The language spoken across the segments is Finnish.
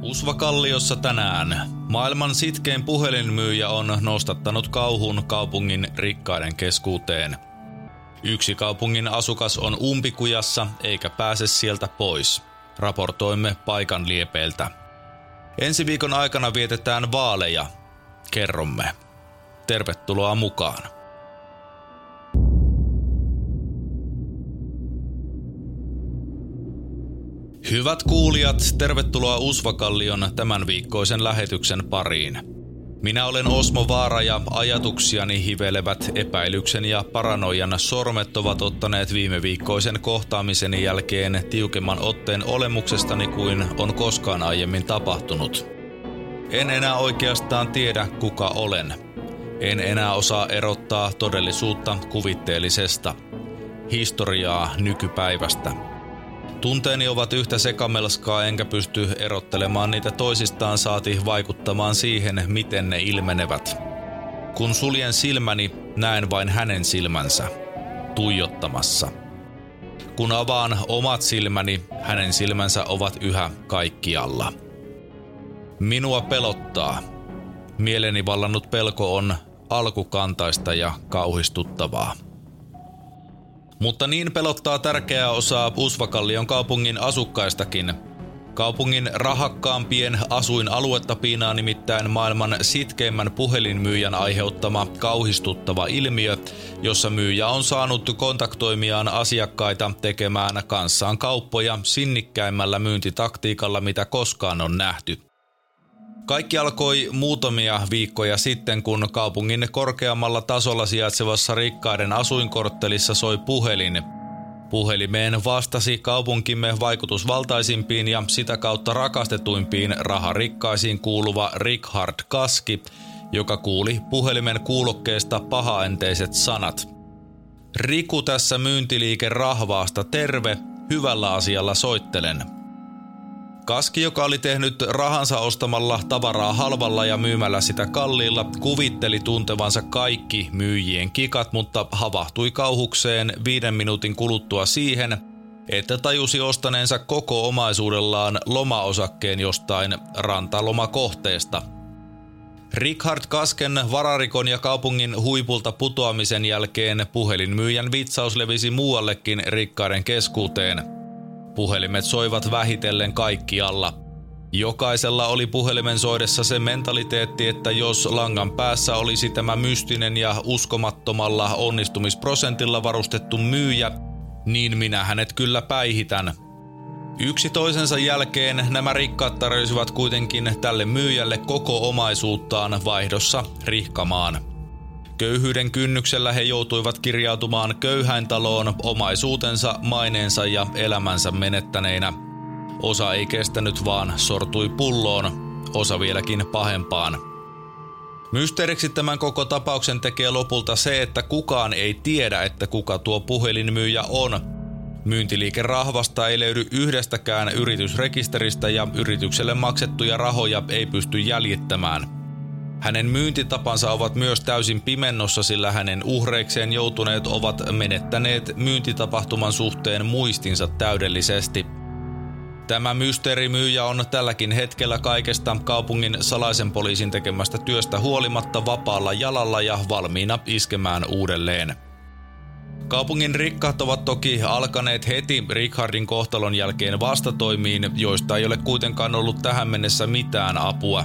Usvakalliossa tänään maailman sitkein puhelinmyyjä on nostattanut kauhun kaupungin rikkaiden keskuuteen. Yksi kaupungin asukas on umpikujassa eikä pääse sieltä pois, raportoimme paikan liepeiltä. Ensi viikon aikana vietetään vaaleja, kerromme. Tervetuloa mukaan. Hyvät kuulijat, tervetuloa Usvakallion tämän viikkoisen lähetyksen pariin. Minä olen Osmo Vaara ja ajatuksiani hivelevät epäilyksen ja paranoian sormet ovat ottaneet viime viikkoisen kohtaamiseni jälkeen tiukemman otteen olemuksestani kuin on koskaan aiemmin tapahtunut. En enää oikeastaan tiedä kuka olen. En enää osaa erottaa todellisuutta kuvitteellisesta, historiaa nykypäivästä. Tunteeni ovat yhtä sekamelskaa enkä pysty erottelemaan niitä toisistaan saati vaikuttamaan siihen, miten ne ilmenevät. Kun suljen silmäni, näen vain hänen silmänsä, tuijottamassa. Kun avaan omat silmäni, hänen silmänsä ovat yhä kaikkialla. Minua pelottaa. Mieleni vallannut pelko on alkukantaista ja kauhistuttavaa. Mutta niin pelottaa tärkeää osaa Usvakallion kaupungin asukkaistakin. Kaupungin rahakkaampien asuinaluetta piinaa nimittäin maailman sitkeimmän puhelinmyyjän aiheuttama kauhistuttava ilmiö, jossa myyjä on saanut kontaktoimiaan asiakkaita tekemään kanssaan kauppoja sinnikkäimmällä myyntitaktiikalla, mitä koskaan on nähty. Kaikki alkoi muutamia viikkoja sitten, kun kaupungin korkeammalla tasolla sijaitsevassa rikkaiden asuinkorttelissa soi puhelin. Puhelimeen vastasi kaupunkimme vaikutusvaltaisimpiin ja sitä kautta rakastetuimpiin raharikkaisiin kuuluva Richard Kaski, joka kuuli puhelimen kuulokkeesta pahaenteiset sanat. Riku tässä myyntiliike rahvaasta, terve, hyvällä asialla soittelen. Kaski, joka oli tehnyt rahansa ostamalla tavaraa halvalla ja myymällä sitä kalliilla, kuvitteli tuntevansa kaikki myyjien kikat, mutta havahtui kauhukseen 5 minuutin kuluttua siihen, että tajusi ostaneensa koko omaisuudellaan lomaosakkeen jostain rantalomakohteesta. Richard Kasken vararikon ja kaupungin huipulta putoamisen jälkeen puhelinmyyjän vitsaus levisi muuallekin rikkaiden keskuuteen. Puhelimet soivat vähitellen kaikkialla. Jokaisella oli puhelimen soidessa se mentaliteetti, että jos langan päässä olisi tämä mystinen ja uskomattomalla onnistumisprosentilla varustettu myyjä, niin minä hänet kyllä päihitän. Yksi toisensa jälkeen nämä rikkaat tarjosivat kuitenkin tälle myyjälle koko omaisuuttaan vaihdossa rihkamaan. Köyhyyden kynnyksellä he joutuivat kirjautumaan köyhäintaloon omaisuutensa, maineensa ja elämänsä menettäneinä. Osa ei kestänyt vaan sortui pulloon, osa vieläkin pahempaan. Mysteeriksi tämän koko tapauksen tekee lopulta se, että kukaan ei tiedä, että kuka tuo puhelinmyyjä on. Myyntiliike rahvasta ei löydy yhdestäkään yritysrekisteristä ja yritykselle maksettuja rahoja ei pysty jäljittämään. Hänen myyntitapansa ovat myös täysin pimennossa, sillä hänen uhreikseen joutuneet ovat menettäneet myyntitapahtuman suhteen muistinsa täydellisesti. Tämä mysteerimyyjä on tälläkin hetkellä kaikesta kaupungin salaisen poliisin tekemästä työstä huolimatta vapaalla jalalla ja valmiina iskemään uudelleen. Kaupungin rikkaat ovat toki alkaneet heti Richardin kohtalon jälkeen vastatoimiin, joista ei ole kuitenkaan ollut tähän mennessä mitään apua.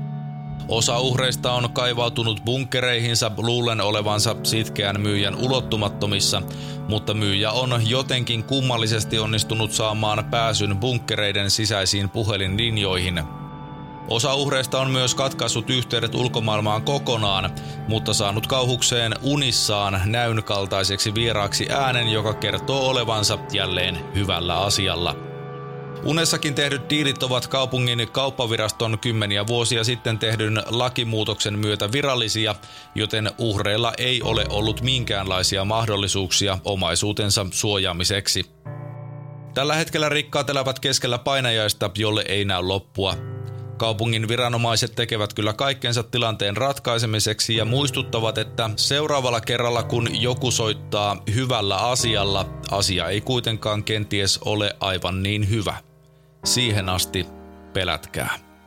Osa uhreista on kaivautunut bunkkereihinsa luullen olevansa sitkeän myyjän ulottumattomissa, mutta myyjä on jotenkin kummallisesti onnistunut saamaan pääsyn bunkkereiden sisäisiin puhelinlinjoihin. Osa uhreista on myös katkaissut yhteydet ulkomaailmaan kokonaan, mutta saanut kauhukseen unissaan näyn kaltaiseksi vieraaksi äänen, joka kertoo olevansa jälleen hyvällä asialla. Unessakin tehdyt diilit ovat kaupungin kauppaviraston kymmeniä vuosia sitten tehdyn lakimuutoksen myötä virallisia, joten uhreilla ei ole ollut minkäänlaisia mahdollisuuksia omaisuutensa suojaamiseksi. Tällä hetkellä rikkaat elävät keskellä painajaista, jolle ei näy loppua. Kaupungin viranomaiset tekevät kyllä kaikkensa tilanteen ratkaisemiseksi ja muistuttavat, että seuraavalla kerralla kun joku soittaa hyvällä asialla, asia ei kuitenkaan kenties ole aivan niin hyvä. Siihen asti pelätkää.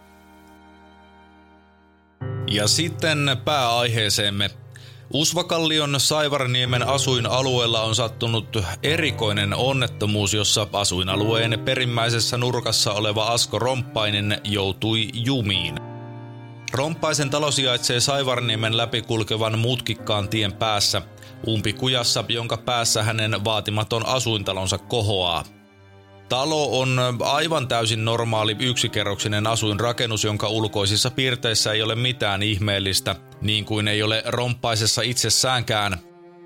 Ja sitten pääaiheeseemme. Usvakallion Saivarniemen asuinalueella on sattunut erikoinen onnettomuus, jossa asuinalueen perimmäisessä nurkassa oleva Asko Romppainen joutui jumiin. Romppaisen talo sijaitsee Saivarniemen läpi kulkevan mutkikkaan tien päässä, umpikujassa, jonka päässä hänen vaatimaton asuintalonsa kohoaa. Talo on aivan täysin normaali yksikerroksinen asuinrakennus, jonka ulkoisissa piirteissä ei ole mitään ihmeellistä, niin kuin ei ole Romppaisessa itsessäänkään.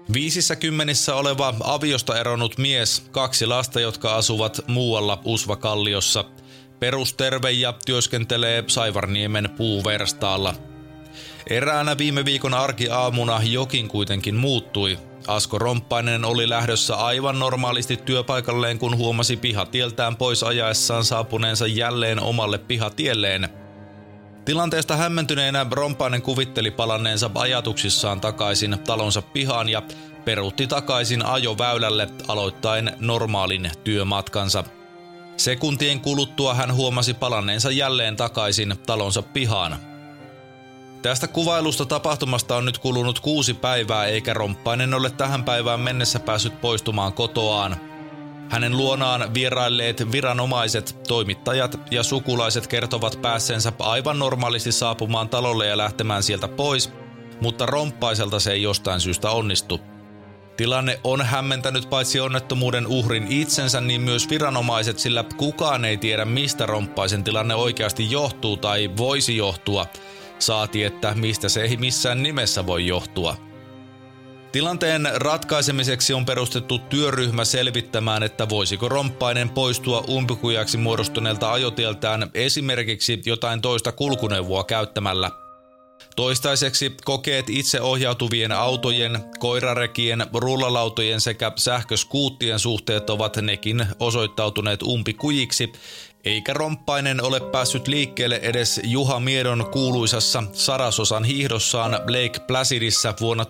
50 oleva aviosta eronnut mies, 2 lasta, jotka asuvat muualla Usvakalliossa. Perusterve ja työskentelee Saivarniemen puuverstaalla. Eräänä viime viikon arkiaamuna jokin kuitenkin muuttui. Asko Romppainen oli lähdössä aivan normaalisti työpaikalleen, kun huomasi pihatieltään pois ajaessaan saapuneensa jälleen omalle pihatielleen. Tilanteesta hämmentyneenä Romppainen kuvitteli palanneensa ajatuksissaan takaisin talonsa pihaan ja peruutti takaisin ajoväylälle aloittaen normaalin työmatkansa. Sekuntien kuluttua hän huomasi palanneensa jälleen takaisin talonsa pihaan. Tästä kuvailusta tapahtumasta on nyt kulunut 6 päivää, eikä Romppainen ole tähän päivään mennessä päässyt poistumaan kotoaan. Hänen luonaan vierailleet viranomaiset, toimittajat ja sukulaiset kertovat päässeensä aivan normaalisti saapumaan talolle ja lähtemään sieltä pois, mutta Romppaiselta se ei jostain syystä onnistu. Tilanne on hämmentänyt paitsi onnettomuuden uhrin itsensä, niin myös viranomaiset, sillä kukaan ei tiedä, mistä Romppaisen tilanne oikeasti johtuu tai voisi johtua, saati että mistä se ei missään nimessä voi johtua. Tilanteen ratkaisemiseksi on perustettu työryhmä selvittämään, että voisiko Romppainen poistua umpikujaksi muodostuneelta ajotieltään esimerkiksi jotain toista kulkuneuvoa käyttämällä. Toistaiseksi kokeet itseohjautuvien autojen, koirarekien, rullalautojen sekä sähköskuuttien suhteet ovat nekin osoittautuneet umpikujiksi, eikä Romppainen ole päässyt liikkeelle edes Juha Miedon kuuluisassa sarasosan hiihdossaan Lake Placidissa vuonna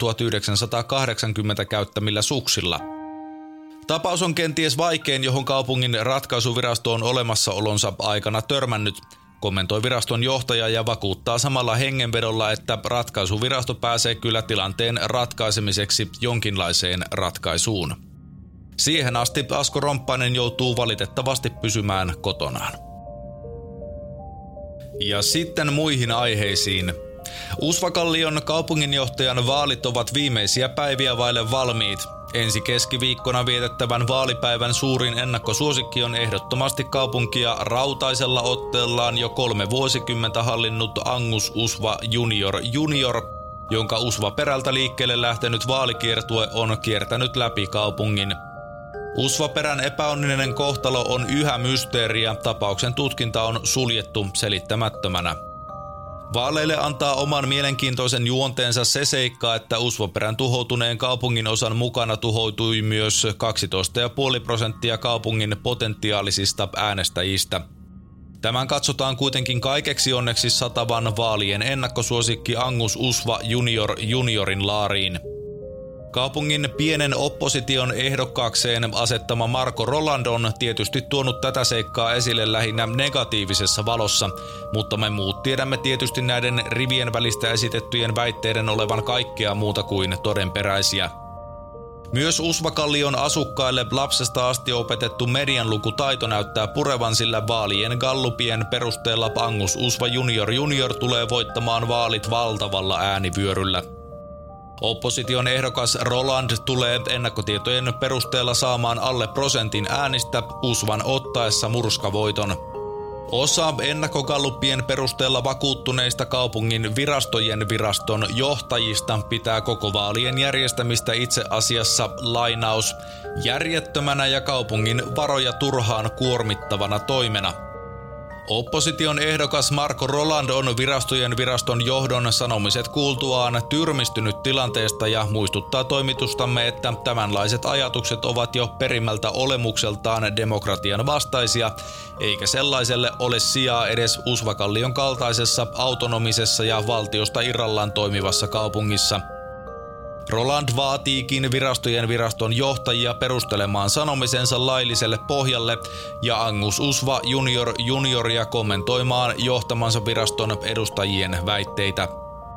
1980 käyttämillä suksilla. Tapaus on kenties vaikein, johon kaupungin ratkaisuvirasto on olemassaolonsa aikana törmännyt, kommentoi viraston johtaja ja vakuuttaa samalla hengenvedolla, että ratkaisuvirasto pääsee kyllä tilanteen ratkaisemiseksi jonkinlaiseen ratkaisuun. Siihen asti Asko Romppainen joutuu valitettavasti pysymään kotonaan. Ja sitten muihin aiheisiin. Usvakallion kaupunginjohtajan vaalit ovat viimeisiä päiviä vaille valmiit. Ensi keskiviikkona vietettävän vaalipäivän suurin ennakkosuosikki on ehdottomasti kaupunkia rautaisella otteellaan jo 3 vuosikymmentä hallinnut Angus Usva Junior, jonka Usvaperältä liikkeelle lähtenyt vaalikiertue on kiertänyt läpi kaupungin. Usvaperän epäonninen kohtalo on yhä mysteeri ja tapauksen tutkinta on suljettu selittämättömänä. Vaaleille antaa oman mielenkiintoisen juonteensa se seikka, että Usvaperän tuhoutuneen kaupungin osan mukana tuhoutui myös 12,5% kaupungin potentiaalisista äänestäjistä. Tämän katsotaan kuitenkin kaikeksi onneksi satavan vaalien ennakkosuosikki Angus Usva Juniorin laariin. Kaupungin pienen opposition ehdokkaakseen asettama Marko Roland on tietysti tuonut tätä seikkaa esille lähinnä negatiivisessa valossa, mutta me muut tiedämme tietysti näiden rivien välistä esitettyjen väitteiden olevan kaikkea muuta kuin todenperäisiä. Myös Usvakallion asukkaille lapsesta asti opetettu medianlukutaito näyttää purevan, sillä vaalien gallupien perusteella Angus Usva Junior tulee voittamaan vaalit valtavalla äänivyöryllä. Opposition ehdokas Roland tulee ennakkotietojen perusteella saamaan alle 1% äänistä Usvan ottaessa murskavoiton. Osa ennakkogalluppien perusteella vakuuttuneista kaupungin viraston johtajista pitää koko vaalien järjestämistä itse asiassa lainaus järjettömänä ja kaupungin varoja turhaan kuormittavana toimena. Opposition ehdokas Marko Roland on viraston johdon sanomiset kuultuaan tyrmistynyt tilanteesta ja muistuttaa toimitustamme, että tämänlaiset ajatukset ovat jo perimmältä olemukseltaan demokratian vastaisia, eikä sellaiselle ole sijaa edes Usvakallion kaltaisessa autonomisessa ja valtiosta irrallaan toimivassa kaupungissa. Roland vaatiikin viraston johtajia perustelemaan sanomisensa lailliselle pohjalle ja Angus Usva junioria kommentoimaan johtamansa viraston edustajien väitteitä.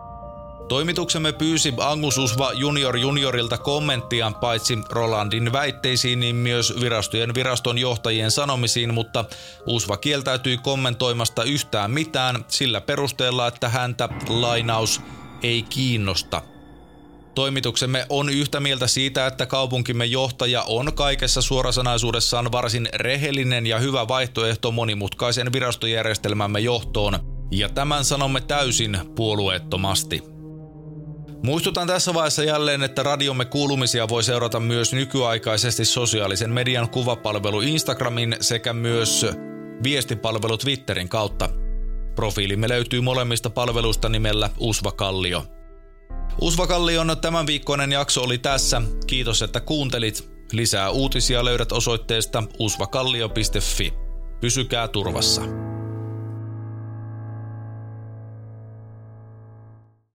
Toimituksemme pyysi Angus Usva juniorilta kommenttia paitsi Rolandin väitteisiin, niin myös viraston johtajien sanomisiin, mutta Usva kieltäytyi kommentoimasta yhtään mitään sillä perusteella, että häntä, lainaus, ei kiinnosta. Toimituksemme on yhtä mieltä siitä, että kaupunkimme johtaja on kaikessa suorasanaisuudessaan varsin rehellinen ja hyvä vaihtoehto monimutkaisen virastojärjestelmämme johtoon, ja tämän sanomme täysin puolueettomasti. Muistutan tässä vaiheessa jälleen, että radiomme kuulumisia voi seurata myös nykyaikaisesti sosiaalisen median kuvapalvelu Instagramin sekä myös viestipalvelu Twitterin kautta. Profiilimme löytyy molemmista palveluista nimellä Usva Kallio. Usva Kallion tämän viikkoinen jakso oli tässä. Kiitos, että kuuntelit. Lisää uutisia löydät osoitteesta usvakallio.fi. Pysykää turvassa.